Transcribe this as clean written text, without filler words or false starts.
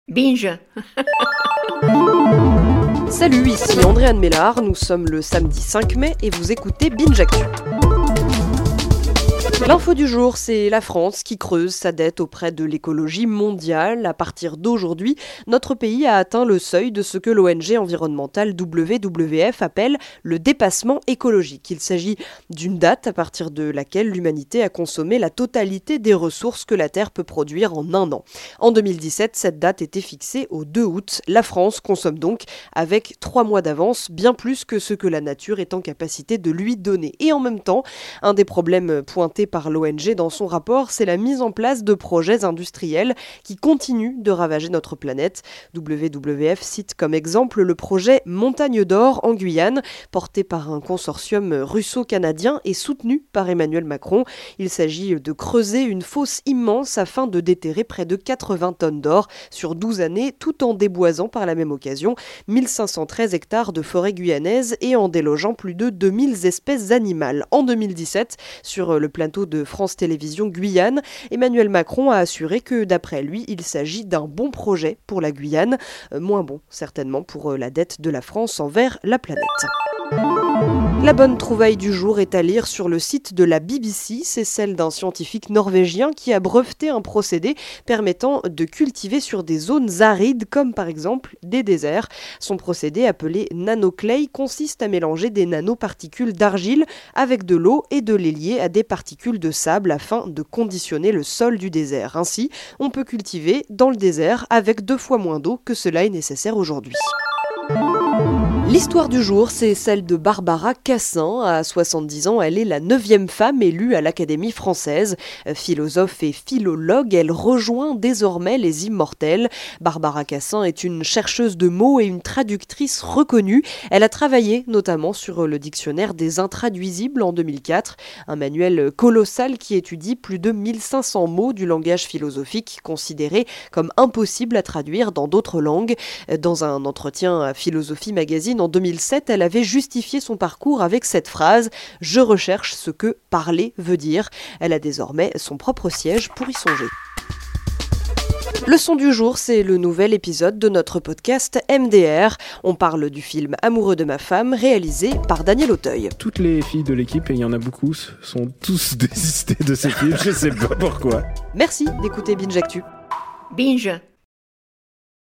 Binge. Salut, ici Andréane Mélard, nous sommes le samedi 5 mai et vous écoutez Binge Actu. L'info du jour, c'est la France qui creuse sa dette auprès de l'écologie mondiale. À partir d'aujourd'hui, notre pays a atteint le seuil de ce que l'ONG environnementale WWF appelle le dépassement écologique. Il s'agit d'une date à partir de laquelle l'humanité a consommé la totalité des ressources que la Terre peut produire en un an. En 2017, cette date était fixée au 2 août. La France consomme donc avec 3 mois d'avance, bien plus que ce que la nature est en capacité de lui donner. Et en même temps, un des problèmes pointés par l'ONG dans son rapport, c'est la mise en place de projets industriels qui continuent de ravager notre planète. WWF cite comme exemple le projet Montagne d'Or en Guyane, porté par un consortium russo-canadien et soutenu par Emmanuel Macron. Il s'agit de creuser une fosse immense afin de déterrer près de 80 tonnes d'or sur 12 années, tout en déboisant par la même occasion 1513 hectares de forêt guyanaise et en délogeant plus de 2000 espèces animales. En 2017, sur le plateau de France Télévisions Guyane, Emmanuel Macron a assuré que d'après lui, il s'agit d'un bon projet pour la Guyane, moins bon certainement pour la dette de la France envers la planète. La bonne trouvaille du jour est à lire sur le site de la BBC, c'est celle d'un scientifique norvégien qui a breveté un procédé permettant de cultiver sur des zones arides comme par exemple des déserts. Son procédé appelé nanoclay consiste à mélanger des nanoparticules d'argile avec de l'eau et de les lier à des particules de sable afin de conditionner le sol du désert. Ainsi, on peut cultiver dans le désert avec 2 fois moins d'eau que cela est nécessaire aujourd'hui. L'histoire du jour, c'est celle de Barbara Cassin. À 70 ans, elle est la 9e femme élue à l'Académie française. Philosophe et philologue, elle rejoint désormais les immortels. Barbara Cassin est une chercheuse de mots et une traductrice reconnue. Elle a travaillé notamment sur le dictionnaire des intraduisibles en 2004, un manuel colossal qui étudie plus de 1500 mots du langage philosophique considérés comme impossibles à traduire dans d'autres langues. Dans un entretien à Philosophie Magazine en 2007, elle avait justifié son parcours avec cette phrase « Je recherche ce que parler veut dire ». Elle a désormais son propre siège pour y songer. Le son du jour, c'est le nouvel épisode de notre podcast MDR. On parle du film Amoureux de ma femme, réalisé par Daniel Auteuil. Toutes les filles de l'équipe, et il y en a beaucoup, sont tous désistées de ces films, je sais pas pourquoi. Merci d'écouter Binge Actu. Binge.